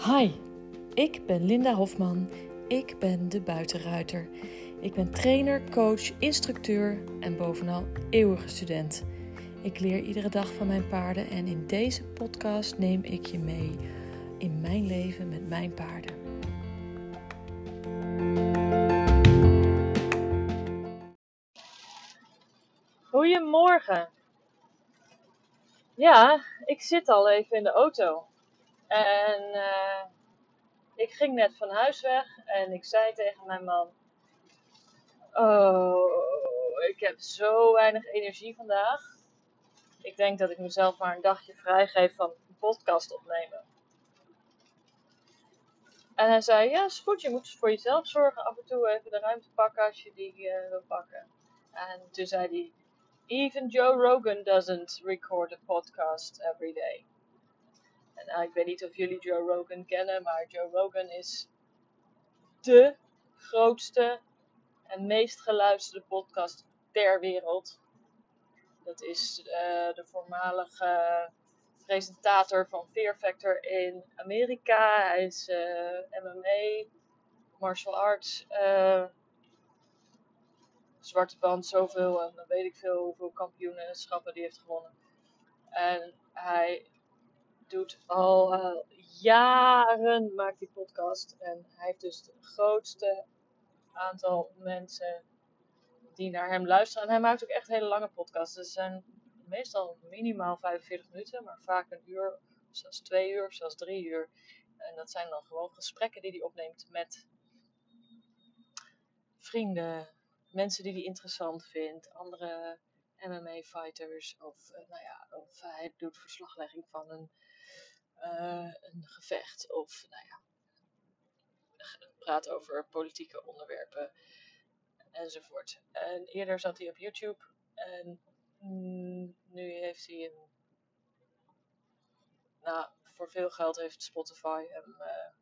Hi, ik ben Linda Hofman. Ik ben de buitenruiter. Ik ben trainer, coach, instructeur en bovenal eeuwige student. Ik leer iedere dag van mijn paarden en in deze podcast neem ik je mee in mijn leven met mijn paarden. Goedemorgen. Ja, ik zit al even in de auto. En ik ging net van huis weg en ik zei tegen mijn man: oh, ik heb zo weinig energie vandaag. Ik denk dat ik mezelf maar een dagje vrijgeef van een podcast opnemen. En hij zei: ja, is goed, je moet dus voor jezelf zorgen. Af en toe even de ruimte pakken als je die wil pakken. En toen zei hij: even Joe Rogan doesn't record a podcast every day. En ik weet niet of jullie Joe Rogan kennen, maar Joe Rogan is de grootste en meest geluisterde podcast ter wereld. Dat is de voormalige presentator van Fear Factor in Amerika. Hij is MMA, martial arts, zwarte band, zoveel en dan weet ik veel hoeveel kampioenschappen die heeft gewonnen. En hij doet al jaren, maakt die podcast. En hij heeft dus het grootste aantal mensen die naar hem luisteren. En hij maakt ook echt hele lange podcasts. Dus zijn meestal minimaal 45 minuten, maar vaak een uur, zelfs 2 uur, zelfs 3 uur. En dat zijn dan gewoon gesprekken die hij opneemt met vrienden, mensen die hij interessant vindt, andere MMA-fighters. Of hij doet verslaglegging van een gevecht. Of praat over politieke onderwerpen enzovoort. En eerder zat hij op YouTube en nu heeft hij voor veel geld heeft Spotify hem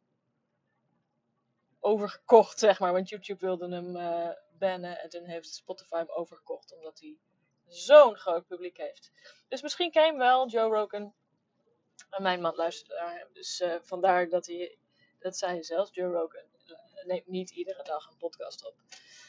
overgekocht, zeg maar. Want YouTube wilde hem bannen en toen heeft Spotify hem overgekocht, omdat hij zo'n groot publiek heeft. Dus misschien ken je hem wel, Joe Rogan. En mijn man luistert naar hem. Dus vandaar dat zei zelfs, Joe Rogan neemt niet iedere dag een podcast op.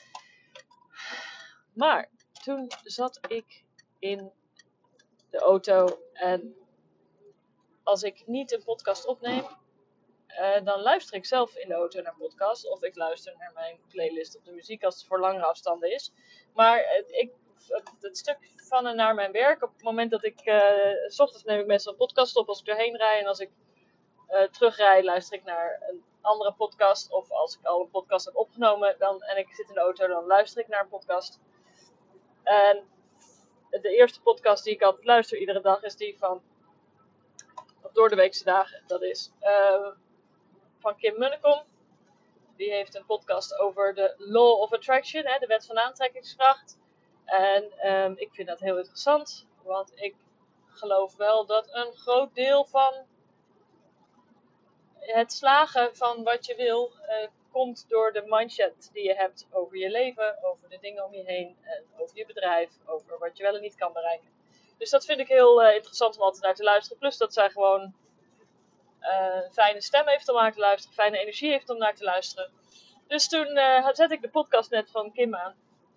Maar toen zat ik in de auto en als ik niet een podcast opneem, dan luister ik zelf in de auto naar podcast. Of ik luister naar mijn playlist op de muziek als het voor langere afstanden is. Maar het stuk van en naar mijn werk, op het moment dat ik... 's ochtends neem ik meestal een podcast op als ik erheen rijd. En als ik terugrij, luister ik naar een andere podcast. Of als ik al een podcast heb opgenomen en ik zit in de auto, dan luister ik naar een podcast. En de eerste podcast die ik altijd luister iedere dag is die van... Of door de weekse dagen, dat is... van Kim Munnekom. Die heeft een podcast over de Law of Attraction, de wet van aantrekkingskracht. En ik vind dat heel interessant, want ik geloof wel dat een groot deel van het slagen van wat je wil komt door de mindset die je hebt over je leven, over de dingen om je heen en over je bedrijf, over wat je wel en niet kan bereiken. Dus dat vind ik heel interessant om altijd naar te luisteren. Plus dat zij gewoon een fijne stem heeft om naar te luisteren, fijne energie heeft om naar te luisteren. Dus toen zette ik de podcast net van Kim aan.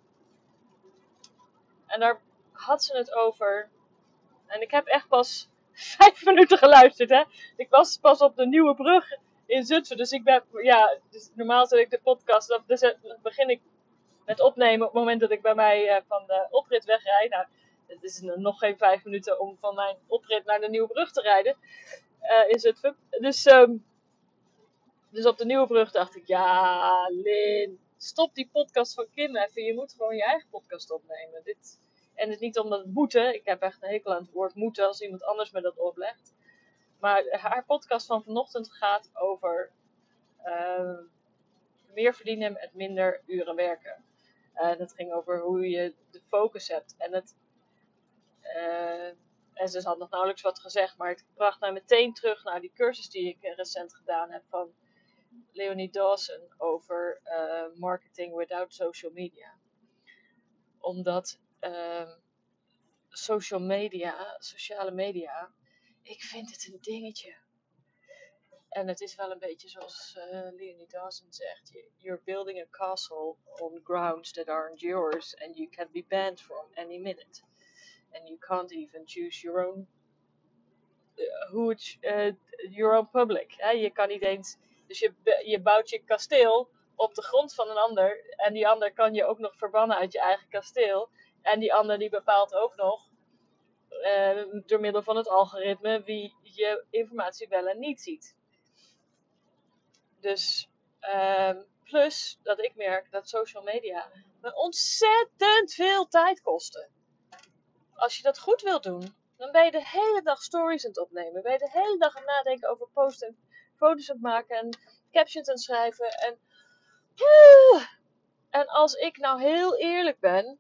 En daar had ze het over. En ik heb echt pas 5 minuten geluisterd, hè. Ik was pas op de Nieuwe Brug in Zutphen. Dus ik ben, dus normaal zet ik de podcast, dus begin ik met opnemen op het moment dat ik bij mij van de oprit wegrijd. Nou, het is nog geen 5 minuten om van mijn oprit naar de Nieuwe Brug te rijden in Zutphen. Dus op de Nieuwe Brug dacht ik, ja, Lin, stop die podcast van Kim even. Je moet gewoon je eigen podcast opnemen. En het is niet omdat het moeten. Ik heb echt een hekel aan het woord moeten als iemand anders me dat oplegt. Maar haar podcast van vanochtend gaat over meer verdienen met minder uren werken. Het ging over hoe je de focus hebt. En ze had nog nauwelijks wat gezegd, maar het bracht mij meteen terug naar die cursus die ik recent gedaan heb van Leonie Dawson over marketing without social media. Omdat sociale media, ik vind het een dingetje. En het is wel een beetje zoals Leonie Dawson zegt. You're building a castle on grounds that aren't yours. And you can be banned from any minute. And you can't even choose your own your own public. Hè? Je kan niet eens. Dus je bouwt je kasteel op de grond van een ander. En die ander kan je ook nog verbannen uit je eigen kasteel. En die ander die bepaalt ook nog door middel van het algoritme wie je informatie wel en niet ziet. Dus plus dat ik merk dat social media me ontzettend veel tijd kosten. Als je dat goed wilt doen, dan ben je de hele dag stories aan het opnemen. Ben je de hele dag aan het nadenken over posten en foto's aan het maken en captions aan het schrijven. En als ik nou heel eerlijk ben,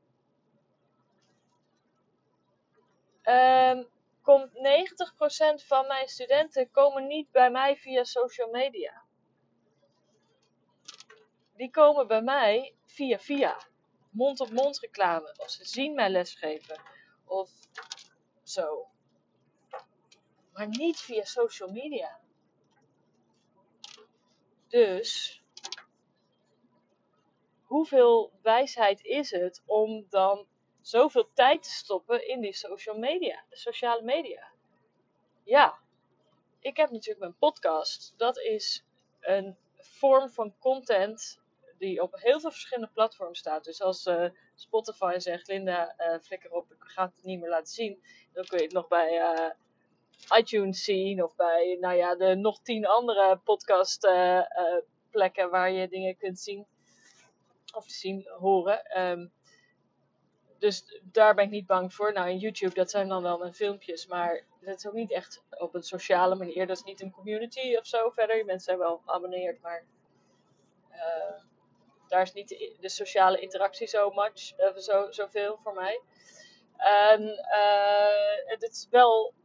komt 90% van mijn studenten komen niet bij mij via social media. Die komen bij mij via mond-op-mond reclame. Of ze zien mij lesgeven. Of zo. Maar niet via social media. Dus hoeveel wijsheid is het om dan zoveel tijd te stoppen in die sociale media? Ja, ik heb natuurlijk mijn podcast. Dat is een vorm van content die op heel veel verschillende platforms staat. Dus als Spotify zegt, Linda, flikker op, ik ga het niet meer laten zien. Dan kun je het nog bij iTunes zien. Of bij de nog 10 andere podcast plekken waar je dingen kunt zien. Of zien, horen. Dus daar ben ik niet bang voor. Nou, in YouTube, dat zijn dan wel mijn filmpjes. Maar dat is ook niet echt op een sociale manier. Dat is niet een community of zo verder. Mensen zijn wel geabonneerd, maar daar is niet de sociale interactie zoveel voor mij. En het is wel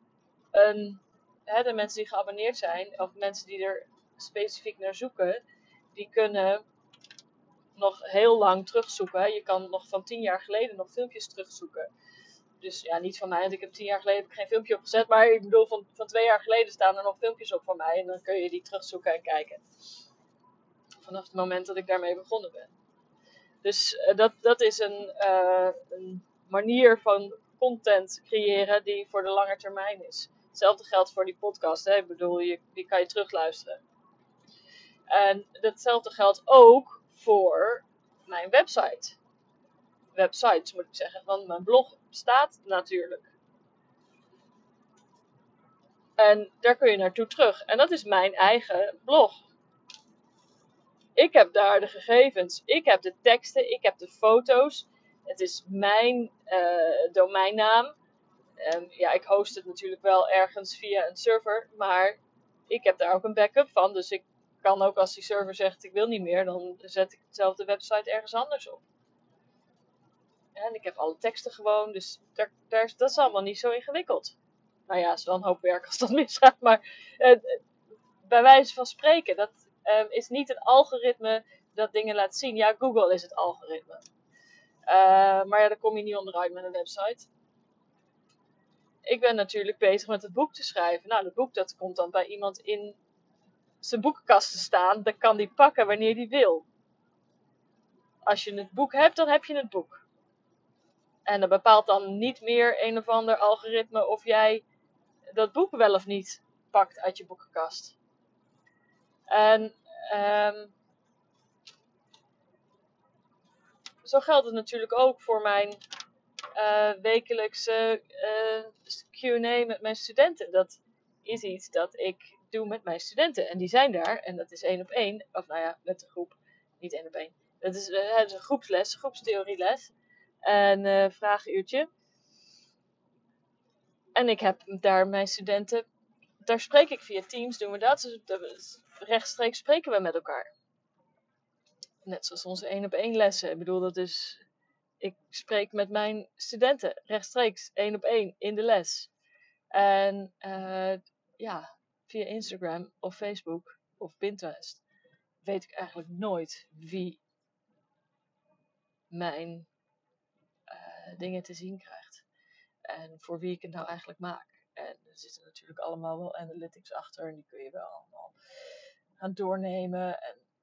de mensen die geabonneerd zijn, of mensen die er specifiek naar zoeken, die kunnen nog heel lang terugzoeken. Je kan nog van 10 jaar geleden nog filmpjes terugzoeken. Dus ja, niet van mij, want ik heb 10 jaar geleden geen filmpje opgezet. Maar ik bedoel, van 2 jaar geleden staan er nog filmpjes op van mij. En dan kun je die terugzoeken en kijken. Vanaf het moment dat ik daarmee begonnen ben. Dus dat is een manier van content creëren die voor de lange termijn is. Hetzelfde geldt voor die podcast. Hè? Ik bedoel, die kan je terugluisteren. En datzelfde geldt ook voor mijn website. Websites moet ik zeggen, want mijn blog bestaat natuurlijk. En daar kun je naartoe terug. En dat is mijn eigen blog. Ik heb daar de gegevens. Ik heb de teksten. Ik heb de foto's. Het is mijn domeinnaam. Ik host het natuurlijk wel ergens via een server. Maar ik heb daar ook een backup van. Dus ik kan ook als die server zegt ik wil niet meer. Dan zet ik dezelfde website ergens anders op. En ik heb alle teksten gewoon. Dus dat is allemaal niet zo ingewikkeld. Nou ja, het is wel een hoop werk als dat misgaat. Maar bij wijze van spreken, dat is niet een algoritme dat dingen laat zien. Ja, Google is het algoritme. Maar ja, daar kom je niet onderuit met een website. Ik ben natuurlijk bezig met het boek te schrijven. Nou, het boek dat komt dan bij iemand in zijn boekenkast te staan. Dan kan die pakken wanneer die wil. Als je het boek hebt, dan heb je het boek. En dat bepaalt dan niet meer een of ander algoritme of jij dat boek wel of niet pakt uit je boekenkast. En zo geldt het natuurlijk ook voor mijn wekelijkse Q&A met mijn studenten. Dat is iets dat ik doe met mijn studenten. En die zijn daar. En dat is 1 op 1. Of nou ja, met de groep. Niet 1 op 1. Het is een groepsles, groepstheorieles. En vragenuurtje. En ik heb daar mijn studenten. Daar spreek ik via Teams, doen we dat. Dus rechtstreeks spreken we met elkaar. Net zoals onze 1 op 1 lessen. Ik bedoel, dat is. Ik spreek met mijn studenten rechtstreeks 1 op 1 in de les. En via Instagram of Facebook of Pinterest weet ik eigenlijk nooit wie mijn dingen te zien krijgt. En voor wie ik het nou eigenlijk maak. En zitten natuurlijk allemaal wel analytics achter. En die kun je wel allemaal gaan doornemen.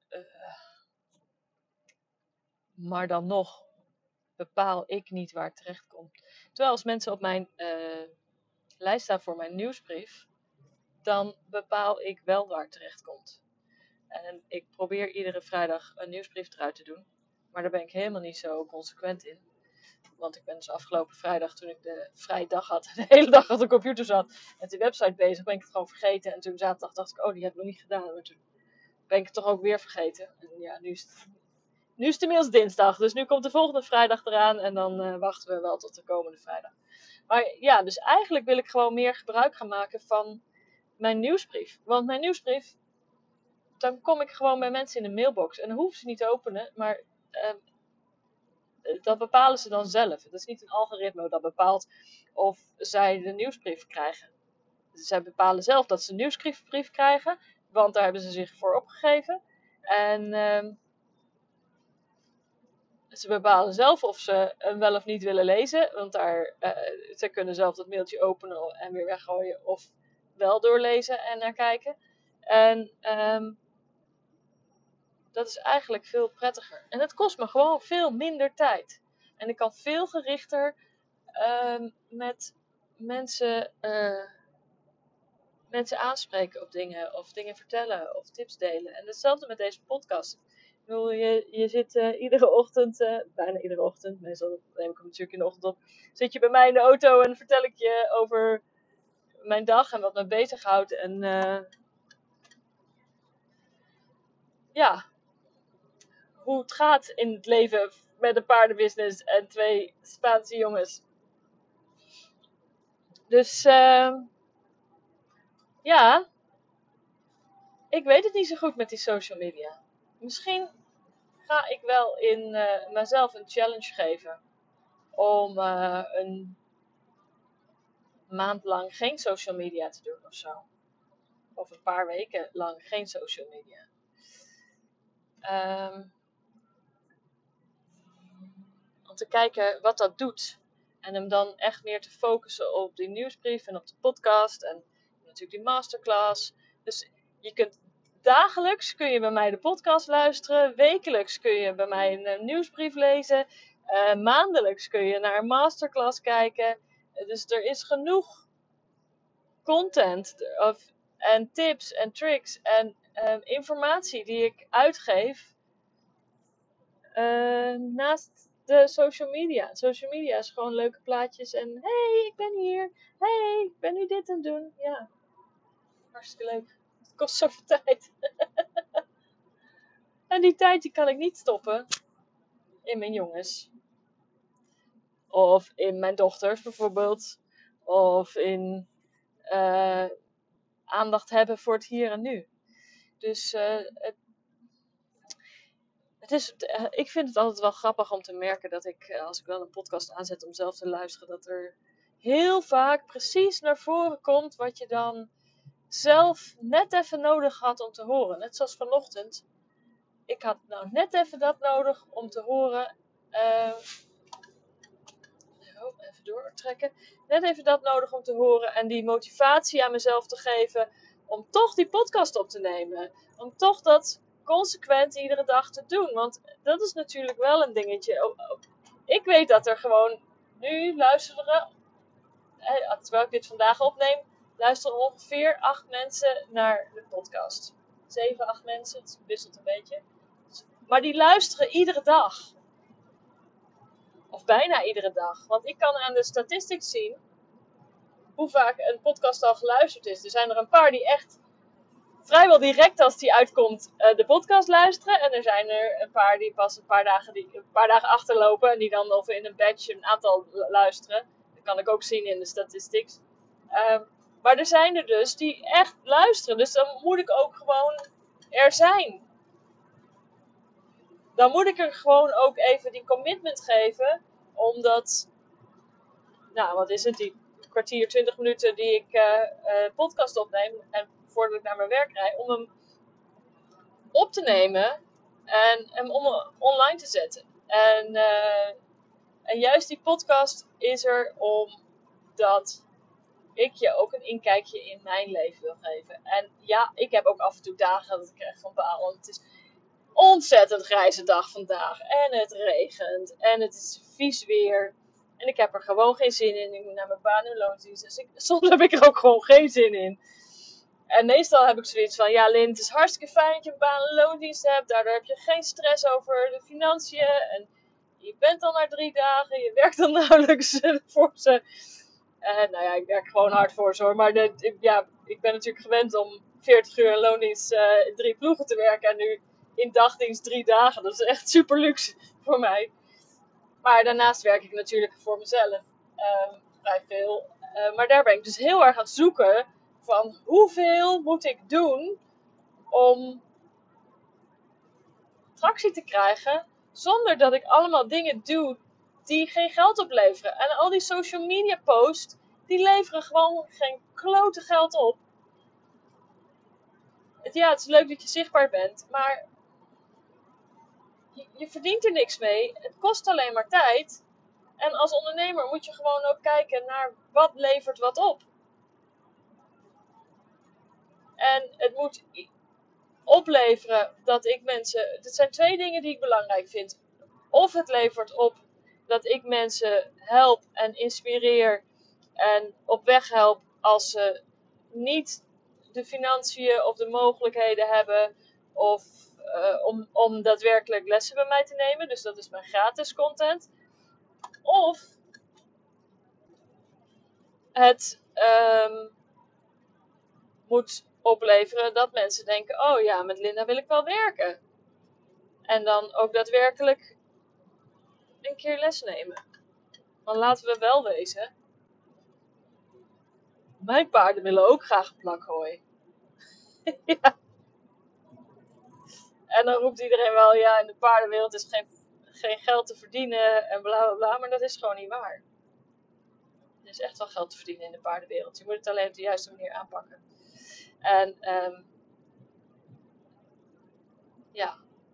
Maar dan nog bepaal ik niet waar het terecht komt. Terwijl als mensen op mijn lijst staan voor mijn nieuwsbrief, dan bepaal ik wel waar het terecht komt. En ik probeer iedere vrijdag een nieuwsbrief eruit te doen. Maar daar ben ik helemaal niet zo consequent in. Want ik ben dus afgelopen vrijdag, toen ik de vrije dag had, de hele dag op de computer zat, met die website bezig, ben ik het gewoon vergeten. En toen zaterdag dacht ik, die heb ik nog niet gedaan. Maar toen ben ik het toch ook weer vergeten. En ja, nu is het inmiddels dinsdag. Dus nu komt de volgende vrijdag eraan. En dan wachten we wel tot de komende vrijdag. Maar ja, dus eigenlijk wil ik gewoon meer gebruik gaan maken van mijn nieuwsbrief. Want mijn nieuwsbrief, dan kom ik gewoon bij mensen in de mailbox. En dan hoeven ze niet te openen, maar dat bepalen ze dan zelf. Het is niet een algoritme dat bepaalt of zij de nieuwsbrief krijgen. Zij bepalen zelf dat ze een nieuwsbrief krijgen, want daar hebben ze zich voor opgegeven. En ze bepalen zelf of ze hem wel of niet willen lezen, want ze kunnen zelf dat mailtje openen en weer weggooien, of wel doorlezen en naar kijken. En dat is eigenlijk veel prettiger. En het kost me gewoon veel minder tijd. En ik kan veel gerichter met mensen aanspreken op dingen. Of dingen vertellen. Of tips delen. En hetzelfde met deze podcast. Ik bedoel, je zit iedere ochtend, bijna iedere ochtend, meestal neem ik hem natuurlijk in de ochtend op, zit je bij mij in de auto en vertel ik je over mijn dag en wat me bezighoudt. En ja, hoe het gaat in het leven met een paardenbusiness en 2 Spaanse jongens. Dus ja, ik weet het niet zo goed met die social media. Misschien ga ik wel in mezelf een challenge geven om een maand lang geen social media te doen of zo. Of een paar weken lang geen social media. Om te kijken wat dat doet. En hem dan echt meer te focussen op die nieuwsbrief en op de podcast. En natuurlijk die masterclass. Dus je kunt dagelijks kun je bij mij de podcast luisteren. Wekelijks kun je bij mij een nieuwsbrief lezen. Maandelijks kun je naar een masterclass kijken. Dus er is genoeg content en tips en tricks en informatie die ik uitgeef naast de social media. Social media is gewoon leuke plaatjes en hey, ik ben hier. Hey, ik ben nu dit aan het doen. Ja, hartstikke leuk. Het kost zoveel tijd. En die tijd die kan ik niet stoppen in mijn jongens. Of in mijn dochters bijvoorbeeld. Of in aandacht hebben voor het hier en nu. Dus ik vind het altijd wel grappig om te merken dat ik, als ik dan een podcast aanzet om zelf te luisteren, dat er heel vaak precies naar voren komt wat je dan zelf net even nodig had om te horen. Net zoals vanochtend. Ik had nou net even dat nodig om te horen. Even doortrekken. Net even dat nodig om te horen. En die motivatie aan mezelf te geven om toch die podcast op te nemen. Om toch dat consequent iedere dag te doen. Want dat is natuurlijk wel een dingetje. Ik weet dat er gewoon nu luisteren, terwijl ik dit vandaag opneem, luisteren ongeveer 8 mensen naar de podcast. 7, 8 mensen, het wisselt een beetje. Maar die luisteren iedere dag. Of bijna iedere dag. Want ik kan aan de statistics zien hoe vaak een podcast al geluisterd is. Er zijn er een paar die echt vrijwel direct als die uitkomt de podcast luisteren. En er zijn er een paar die pas een paar dagen achterlopen. En die dan over in een batch een aantal luisteren. Dat kan ik ook zien in de statistics. Maar er zijn er dus die echt luisteren. Dus dan moet ik ook gewoon er zijn. Dan moet ik er gewoon ook even die commitment geven. Omdat, nou wat is het, die kwartier, 20 minuten die ik podcast opneem. En voordat ik naar mijn werk rijd. Om hem op te nemen. En hem online te zetten. En juist die podcast is er omdat ik je ook een inkijkje in mijn leven wil geven. En ja, ik heb ook af en toe dagen dat ik echt van baal. Want het is ontzettend grijze dag vandaag. En het regent. En het is vies weer. En ik heb er gewoon geen zin in. Ik moet naar mijn baan en loondienst. Dus soms heb ik er ook gewoon geen zin in. En meestal heb ik zoiets van, ja Lin, het is hartstikke fijn dat je een baan en loondienst hebt. Daardoor heb je geen stress over de financiën. En je bent al na 3 dagen. Je werkt dan nauwelijks voor ze. Nou ja, ik werk gewoon hard voor ze hoor. Maar ik ben natuurlijk gewend om 40 uur in loondienst 3 ploegen te werken. En nu in dagdienst 3 dagen. Dat is echt super luxe voor mij. Maar daarnaast werk ik natuurlijk voor mezelf. Vrij veel. Maar daar ben ik dus heel erg aan het zoeken. Van hoeveel moet ik doen om tractie te krijgen. Zonder dat ik allemaal dingen doe die geen geld opleveren. En al die social media posts, die leveren gewoon geen klote geld op. Het is leuk dat je zichtbaar bent, maar je verdient er niks mee. Het kost alleen maar tijd. En als ondernemer moet je gewoon ook kijken naar wat levert wat op. En het moet opleveren dat ik mensen... Het zijn 2 dingen die ik belangrijk vind. Of het levert op dat ik mensen help en inspireer en op weg help als ze niet de financiën of de mogelijkheden hebben of om daadwerkelijk lessen bij mij te nemen. Dus dat is mijn gratis content. Of het moet opleveren dat mensen denken, oh ja, met Linda wil ik wel werken. En dan ook daadwerkelijk een keer les nemen. Want laten we wel wezen, mijn paarden willen ook graag een plakhooi. Ja. En dan roept iedereen wel, ja, in de paardenwereld is geen geld te verdienen en bla bla bla. Maar dat is gewoon niet waar. Er is echt wel geld te verdienen in de paardenwereld. Je moet het alleen op de juiste manier aanpakken. En ja,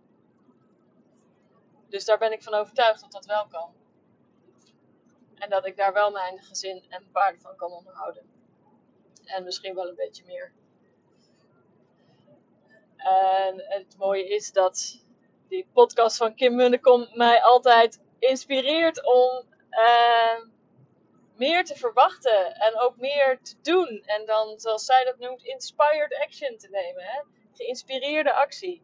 dus daar ben ik van overtuigd dat dat wel kan. En dat ik daar wel mijn gezin en mijn paarden van kan onderhouden. En misschien wel een beetje meer. En het mooie is dat die podcast van Kim Munnekom mij altijd inspireert om meer te verwachten en ook meer te doen. En dan, zoals zij dat noemt, inspired action te nemen. Hè? Geïnspireerde actie.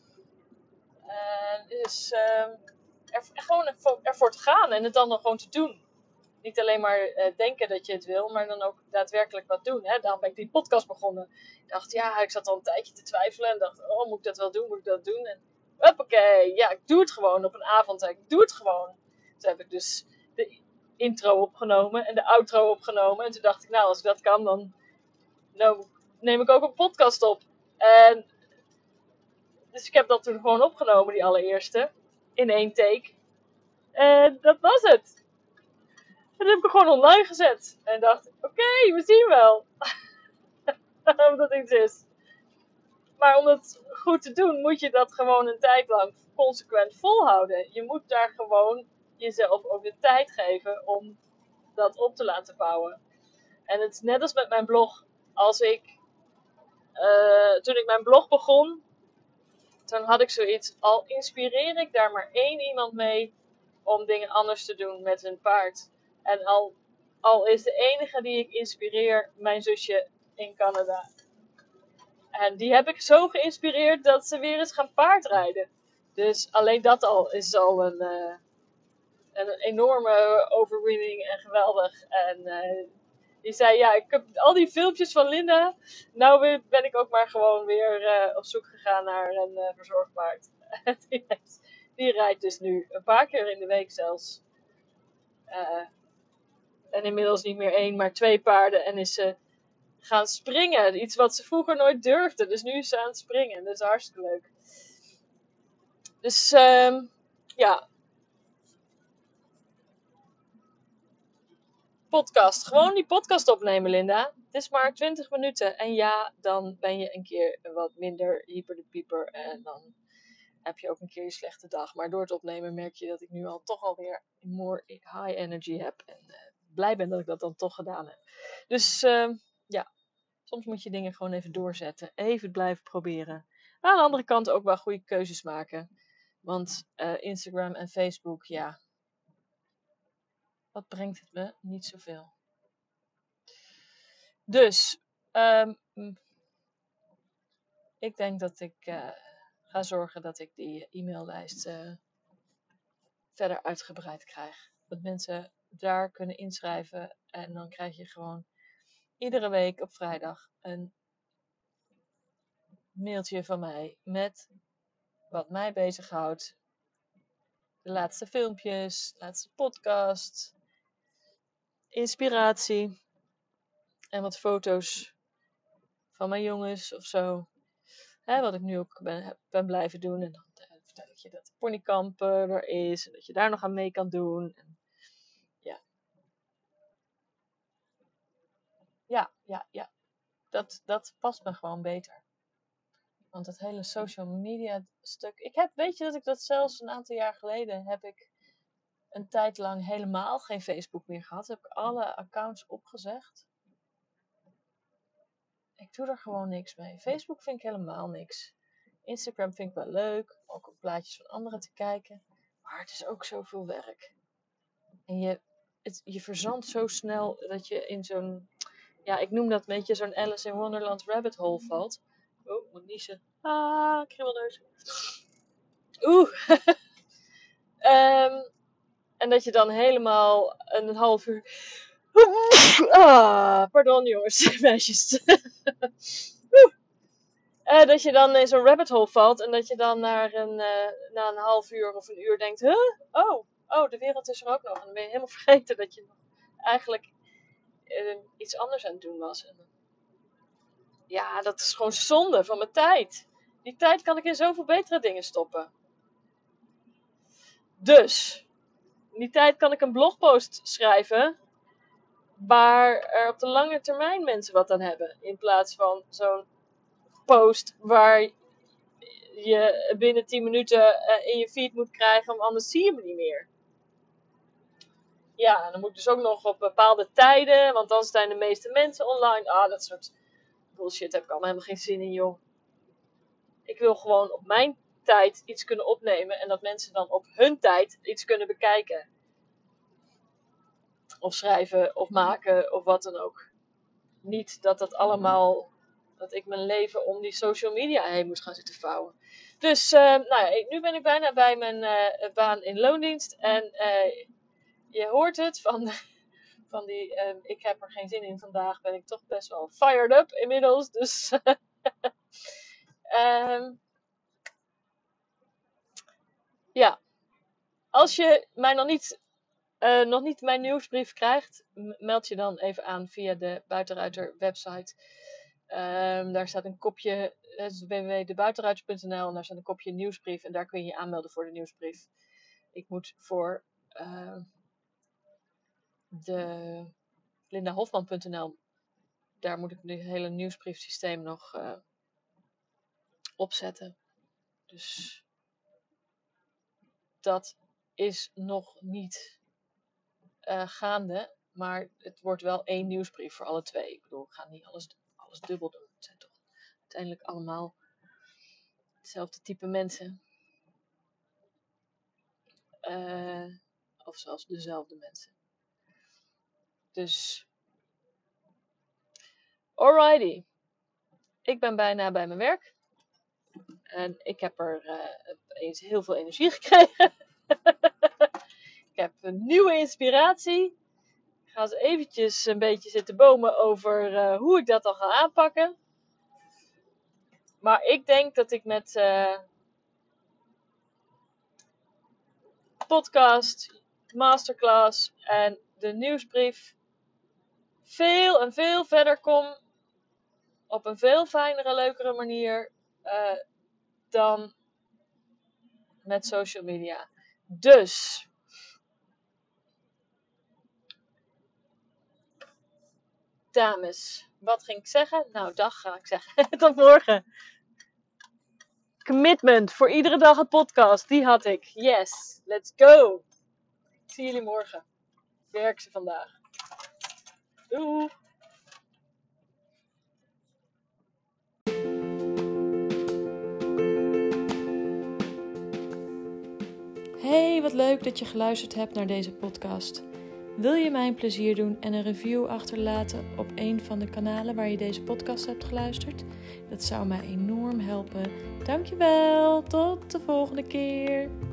Dus gewoon ervoor te gaan en het dan nog gewoon te doen. Niet alleen maar denken dat je het wil, maar dan ook daadwerkelijk wat doen. Hè? Daarom ben ik die podcast begonnen. Ik dacht, ja, ik zat al een tijdje te twijfelen. En dacht, oh, moet ik dat wel doen? Moet ik dat doen? En hoppakee, ja, ik doe het gewoon op een avond. Ik doe het gewoon. Toen heb ik dus de intro opgenomen en de outro opgenomen. En toen dacht ik, nou, als ik dat kan, dan neem ik ook een podcast op. En dus ik heb dat toen gewoon opgenomen, die allereerste. In 1 take. En dat was het. En dat heb ik gewoon online gezet. En dacht, oké, we zien wel. Of dat iets is. Maar om het goed te doen, moet je dat gewoon een tijd lang consequent volhouden. Je moet daar gewoon jezelf ook de tijd geven om dat op te laten bouwen. En het is net als met mijn blog. Toen ik mijn blog begon, toen had ik zoiets, al inspireer ik daar maar 1 iemand mee om dingen anders te doen met hun paard. En al is de enige die ik inspireer mijn zusje in Canada. En die heb ik zo geïnspireerd dat ze weer eens gaan paardrijden. Dus alleen dat al is al een enorme overwinning en geweldig. En die zei, ja, ik heb al die filmpjes van Linda. Nou ben ik ook maar gewoon weer op zoek gegaan naar een verzorgpaard. Die rijdt dus nu een paar keer in de week zelfs. En inmiddels niet meer 1, maar 2 paarden. En is ze gaan springen. Iets wat ze vroeger nooit durfde. Dus nu is ze aan het springen. Dat is hartstikke leuk. Dus ja. Podcast. Gewoon die podcast opnemen, Linda. Het is maar 20 minuten. En ja, dan ben je een keer wat minder hyper de pieper. En dan heb je ook een keer je slechte dag. Maar door het opnemen merk je dat ik nu al toch alweer more high energy heb. En blij ben dat ik dat dan toch gedaan heb. Dus ja, soms moet je dingen gewoon even doorzetten. Even blijven proberen. Aan de andere kant ook wel goede keuzes maken. Want Instagram en Facebook, ja, wat brengt het me? Niet zoveel. Dus, ik denk dat ik ga zorgen dat ik die e-maillijst verder uitgebreid krijg. Dat mensen daar kunnen inschrijven en dan krijg je gewoon iedere week op vrijdag een mailtje van mij met wat mij bezighoudt. De laatste filmpjes, de laatste podcast, inspiratie en wat foto's van mijn jongens of zo. Wat ik nu ook ben blijven doen. En dan vertel ik je dat de ponykamp er is en dat je daar nog aan mee kan doen. En ja. Dat past me gewoon beter. Want het hele social media stuk. Weet je dat ik dat zelfs een aantal jaar geleden heb ik een tijd lang helemaal geen Facebook meer gehad. Heb ik alle accounts opgezegd. Ik doe er gewoon niks mee. Facebook vind ik helemaal niks. Instagram vind ik wel leuk. Ook op plaatjes van anderen te kijken. Maar het is ook zoveel werk. En je verzandt zo snel dat je in zo'n... Ja, ik noem dat een beetje zo'n Alice in Wonderland rabbit hole valt. Oh, ik moet niezen. Kriebelneus. En dat je dan helemaal een half uur... pardon jongens, meisjes. Dat je dan in zo'n rabbit hole valt en dat je dan na een half uur of een uur denkt... Oh, de wereld is er ook nog. En dan ben je helemaal vergeten dat je eigenlijk iets anders aan het doen was. En ja, dat is gewoon zonde van mijn tijd. Die tijd kan ik in zoveel betere dingen stoppen. Dus, in die tijd kan ik een blogpost schrijven waar er op de lange termijn mensen wat aan hebben. In plaats van zo'n post waar je binnen 10 minuten in je feed moet krijgen, want anders zie je me niet meer. Ja, en dan moet ik dus ook nog op bepaalde tijden, want dan zijn de meeste mensen online. Dat soort bullshit heb ik allemaal helemaal geen zin in, joh. Ik wil gewoon op mijn tijd iets kunnen opnemen en dat mensen dan op hun tijd iets kunnen bekijken. Of schrijven, of maken, of wat dan ook. Niet dat allemaal, dat ik mijn leven om die social media heen moet gaan zitten vouwen. Dus, nu ben ik bijna bij mijn baan in loondienst. En je hoort het van die, ik heb er geen zin in vandaag, ben ik toch best wel fired up inmiddels. Dus, ja. Als je mij nog niet mijn nieuwsbrief krijgt, meld je dan even aan via de Buitenruiter website. Daar staat een kopje, www.debuitenruiter.nl en daar staat een kopje nieuwsbrief en daar kun je je aanmelden voor de nieuwsbrief. Ik moet voor de lindahofman.nl, daar moet ik nu het hele nieuwsbriefsysteem nog opzetten. Dus dat is nog niet gaande, maar het wordt wel 1 nieuwsbrief voor alle twee. Ik bedoel, ik ga niet alles dubbel doen. Het zijn toch uiteindelijk allemaal hetzelfde type mensen. Of zelfs dezelfde mensen. Dus, alrighty. Ik ben bijna bij mijn werk. En ik heb er eens heel veel energie gekregen. Ik heb een nieuwe inspiratie. Ik ga eens eventjes een beetje zitten bomen over hoe ik dat dan ga aanpakken. Maar ik denk dat ik met podcast, masterclass en de nieuwsbrief veel en veel verder kom. Op een veel fijnere, leukere manier dan met social media. Dus, dames, wat ging ik zeggen? Nou, dag ga ik zeggen. Tot morgen. Commitment voor iedere dag een podcast. Die had ik. Yes, let's go. Ik zie jullie morgen. Ik werk ze vandaag. wat leuk dat je geluisterd hebt naar deze podcast. Wil je mij een plezier doen en een review achterlaten op een van de kanalen waar je deze podcast hebt geluisterd? Dat zou mij enorm helpen. Dankjewel, tot de volgende keer.